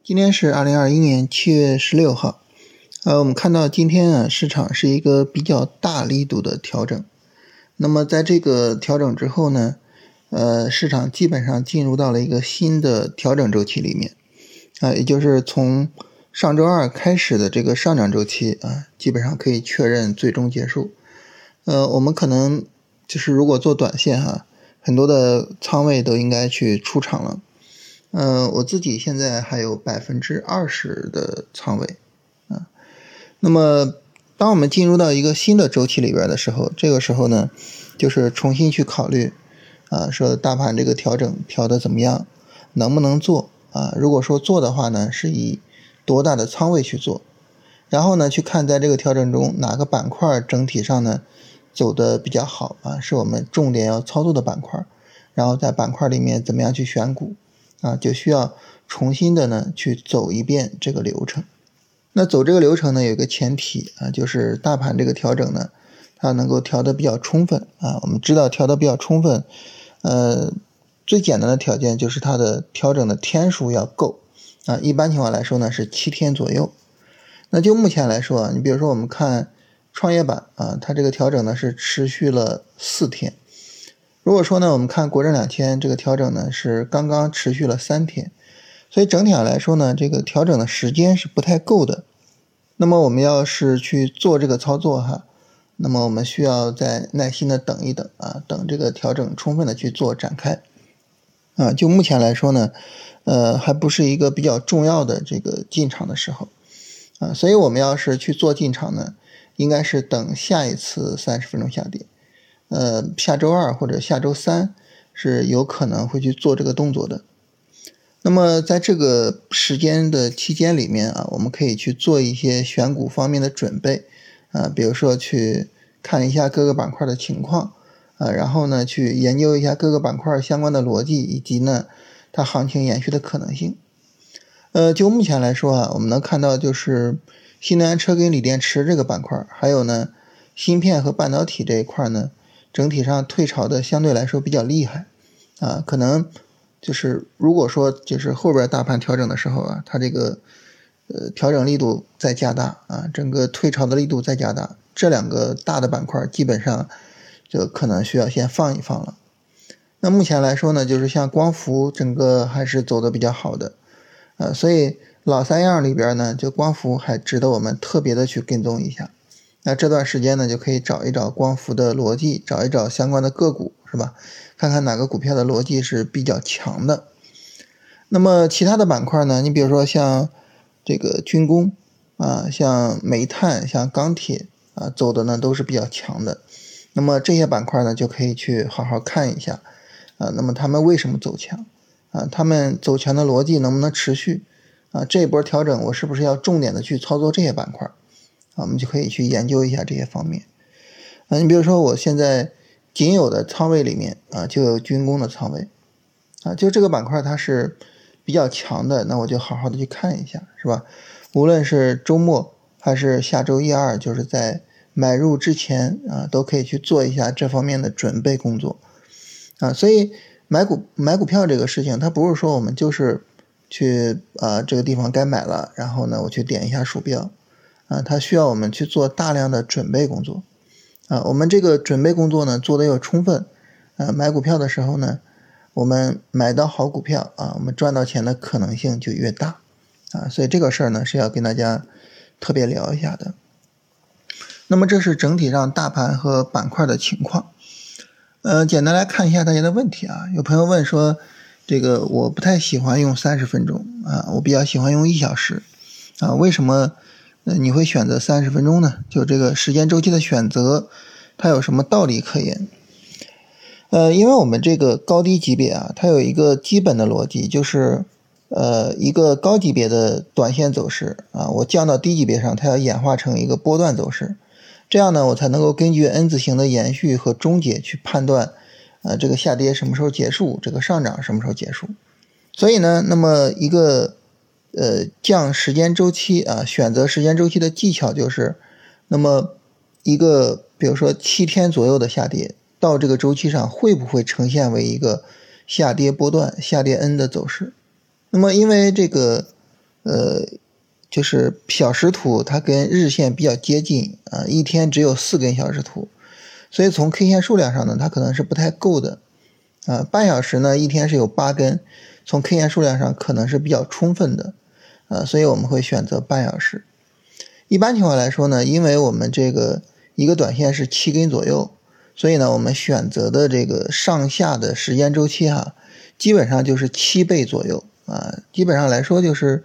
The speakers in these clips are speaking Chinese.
今天是2021年7月16号。我们看到今天市场是一个比较大力度的调整。那么在这个调整之后呢，市场基本上进入到了一个新的调整周期里面。也就是从上周二开始的这个上涨周期基本上可以确认最终结束。我们可能就是如果做短线很多的仓位都应该去出场了。我自己现在还有20%的仓位那么当我们进入到一个新的周期里边的时候，这个时候呢，就是重新去考虑说大盘这个调整调得怎么样，能不能做如果说做的话呢，是以多大的仓位去做，然后呢去看在这个调整中哪个板块整体上呢走得比较好是我们重点要操作的板块，然后在板块里面怎么样去选股就需要重新的呢去走一遍这个流程。那走这个流程呢有一个前提就是大盘这个调整呢它能够调得比较充分我们知道调得比较充分最简单的条件就是它的调整的天数要够一般情况来说呢是7天左右。那就目前来说你比如说我们看创业板它这个调整呢是持续了4天。如果说呢我们看国证2000这个调整呢是刚刚持续了3天，所以整体上来说呢这个调整的时间是不太够的。那么我们要是去做这个操作那么我们需要再耐心的等一等等这个调整充分的去做展开就目前来说呢还不是一个比较重要的这个进场的时候所以我们要是去做进场呢应该是等下一次30分钟下跌下周二或者下周三是有可能会去做这个动作的。那么在这个时间的期间里面我们可以去做一些选股方面的准备比如说去看一下各个板块的情况然后呢去研究一下各个板块相关的逻辑以及呢它行情延续的可能性。就目前来说我们能看到就是新能源车跟锂电池这个板块，还有呢芯片和半导体这一块呢整体上退潮的相对来说比较厉害可能就是如果说就是后边大盘调整的时候它这个调整力度再加大整个退潮的力度再加大，这两个大的板块基本上就可能需要先放一放了。那目前来说呢就是像光伏整个还是走的比较好的所以老三样里边呢就光伏还值得我们特别的去跟踪一下。那这段时间呢就可以找一找光伏的逻辑，找一找相关的个股是吧，看看哪个股票的逻辑是比较强的。那么其他的板块呢，你比如说像这个军工像煤炭像钢铁走的呢都是比较强的。那么这些板块呢就可以去好好看一下那么他们为什么走强他们走强的逻辑能不能持续这一波调整我是不是要重点的去操作这些板块我们就可以去研究一下这些方面你比如说我现在仅有的仓位里面就有军工的仓位就这个板块它是比较强的，那我就好好的去看一下是吧。无论是周末还是下周1、2就是在买入之前都可以去做一下这方面的准备工作所以买股票这个事情它不是说我们就是去这个地方该买了然后呢我去点一下鼠标它需要我们去做大量的准备工作我们这个准备工作呢做得要充分买股票的时候呢我们买到好股票我们赚到钱的可能性就越大所以这个事儿呢是要跟大家特别聊一下的。那么这是整体上大盘和板块的情况简单来看一下大家的问题有朋友问说这个我不太喜欢用30分钟我比较喜欢用1小时为什么你会选择30分钟呢？就这个时间周期的选择它有什么道理可言因为我们这个高低级别它有一个基本的逻辑，就是一个高级别的短线走势我降到低级别上它要演化成一个波段走势，这样呢我才能够根据 N 字形的延续和终结去判断这个下跌什么时候结束，这个上涨什么时候结束。所以呢那么一个降时间周期选择时间周期的技巧就是那么一个比如说7天左右的下跌到这个周期上会不会呈现为一个下跌波段下跌 N 的走势。那么因为这个就是小时图它跟日线比较接近啊，一天只有4根小时图，所以从 K 线数量上呢，它可能是不太够的啊。半小时呢，一天是有8根，从 K 线数量上可能是比较充分的所以我们会选择半小时。一般情况来说呢，因为我们这个一个短线是7根左右，所以呢，我们选择的这个上下的时间周期基本上就是7倍左右基本上来说就是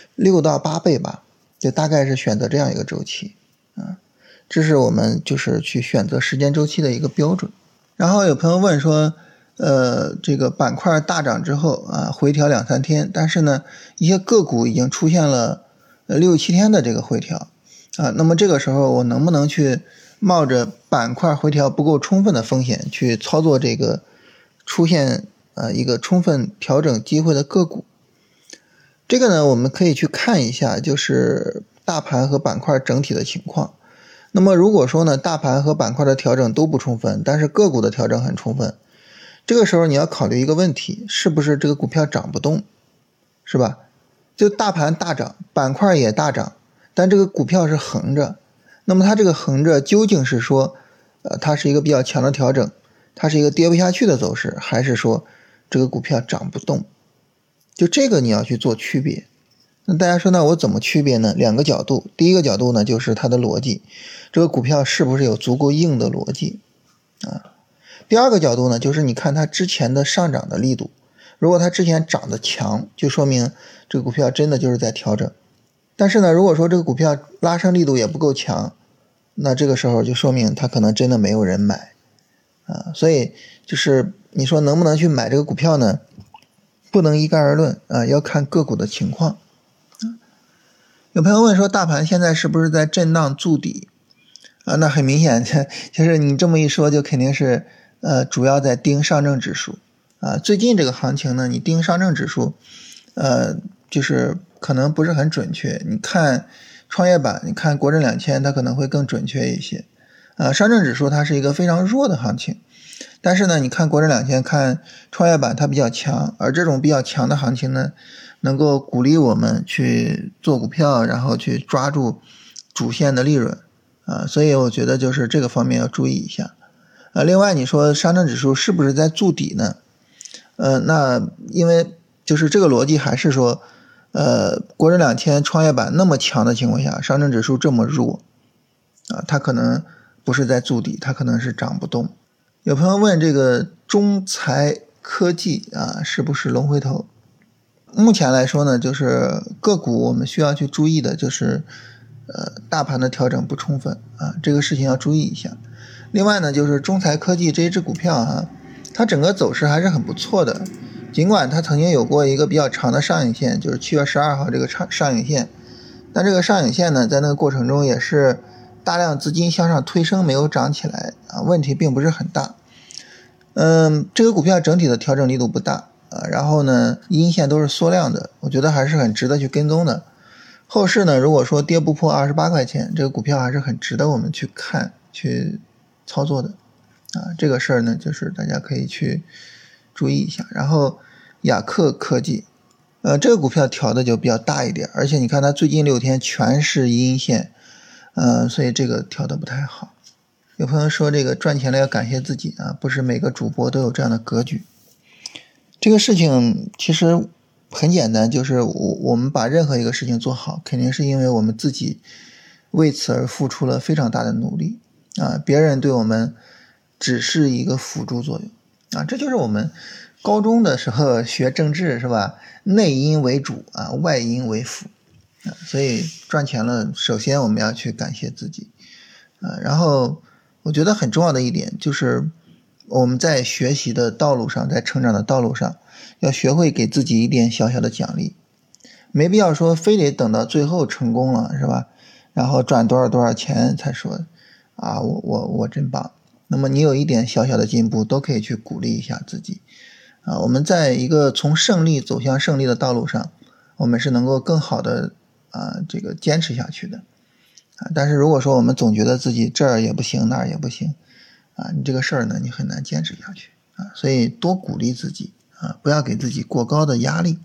6到8倍吧，就大概是选择这样一个周期这是我们就是去选择时间周期的一个标准。然后有朋友问说这个板块大涨之后回调2-3天，但是呢一些个股已经出现了6-7天的这个回调那么这个时候我能不能去冒着板块回调不够充分的风险去操作这个出现一个充分调整机会的个股？这个呢我们可以去看一下就是大盘和板块整体的情况。那么如果说呢大盘和板块的调整都不充分，但是个股的调整很充分，这个时候你要考虑一个问题，是不是这个股票涨不动，是吧？就大盘大涨，板块也大涨，但这个股票是横着，那么它这个横着究竟是说它是一个比较强的调整，它是一个跌不下去的走势，还是说这个股票涨不动？就这个你要去做区别。那大家说那我怎么区别呢？2个角度。第一个角度呢就是它的逻辑，这个股票是不是有足够硬的逻辑第二个角度呢就是你看它之前的上涨的力度，如果它之前涨得强，就说明这个股票真的就是在调整。但是呢如果说这个股票拉升力度也不够强，那这个时候就说明它可能真的没有人买所以就是你说能不能去买这个股票呢？不能一概而论要看个股的情况有朋友问说大盘现在是不是在震荡筑底那很明显就是你这么一说就肯定是主要在盯上证指数最近这个行情呢你盯上证指数就是可能不是很准确，你看创业板，你看国证2000它可能会更准确一些上证指数它是一个非常弱的行情，但是呢你看国证2000看创业板它比较强，而这种比较强的行情呢能够鼓励我们去做股票，然后去抓住主线的利润所以我觉得就是这个方面要注意一下另外你说上证指数是不是在筑底呢那因为就是这个逻辑还是说国证2000创业板那么强的情况下，上证指数这么弱它可能不是在筑底，它可能是涨不动。有朋友问这个中材科技是不是龙回头？目前来说呢就是个股我们需要去注意的就是大盘的调整不充分这个事情要注意一下。另外呢就是中材科技这一只股票它整个走势还是很不错的，尽管它曾经有过一个比较长的上影线，就是7月12号这个上影线，但这个上影线呢在那个过程中也是大量资金向上推升没有涨起来问题并不是很大这个股票整体的调整力度不大然后呢阴线都是缩量的，我觉得还是很值得去跟踪的。后市呢如果说跌不破28块钱，这个股票还是很值得我们去看去操作的这个事儿呢就是大家可以去注意一下。然后雅克科技这个股票调的就比较大一点，而且你看它最近6天全是阴线所以这个调的不太好。有朋友说这个赚钱了要感谢自己不是每个主播都有这样的格局。这个事情其实很简单，就是我们把任何一个事情做好，肯定是因为我们自己为此而付出了非常大的努力别人对我们只是一个辅助作用这就是我们高中的时候学政治是吧？内因为主外因为辅所以赚钱了首先我们要去感谢自己然后我觉得很重要的一点就是我们在学习的道路上，在成长的道路上要学会给自己一点小小的奖励，没必要说非得等到最后成功了是吧？然后赚多少钱才说我真棒。那么你有一点小小的进步都可以去鼓励一下自己我们在一个从胜利走向胜利的道路上，我们是能够更好的这个坚持下去的但是如果说我们总觉得自己这儿也不行那儿也不行你这个事儿呢你很难坚持下去所以多鼓励自己不要给自己过高的压力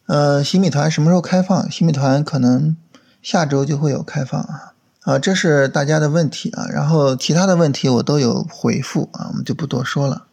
洗米团什么时候开放？洗米团可能下周就会有开放啊。这是大家的问题啊，然后其他的问题我都有回复啊，我们就不多说了。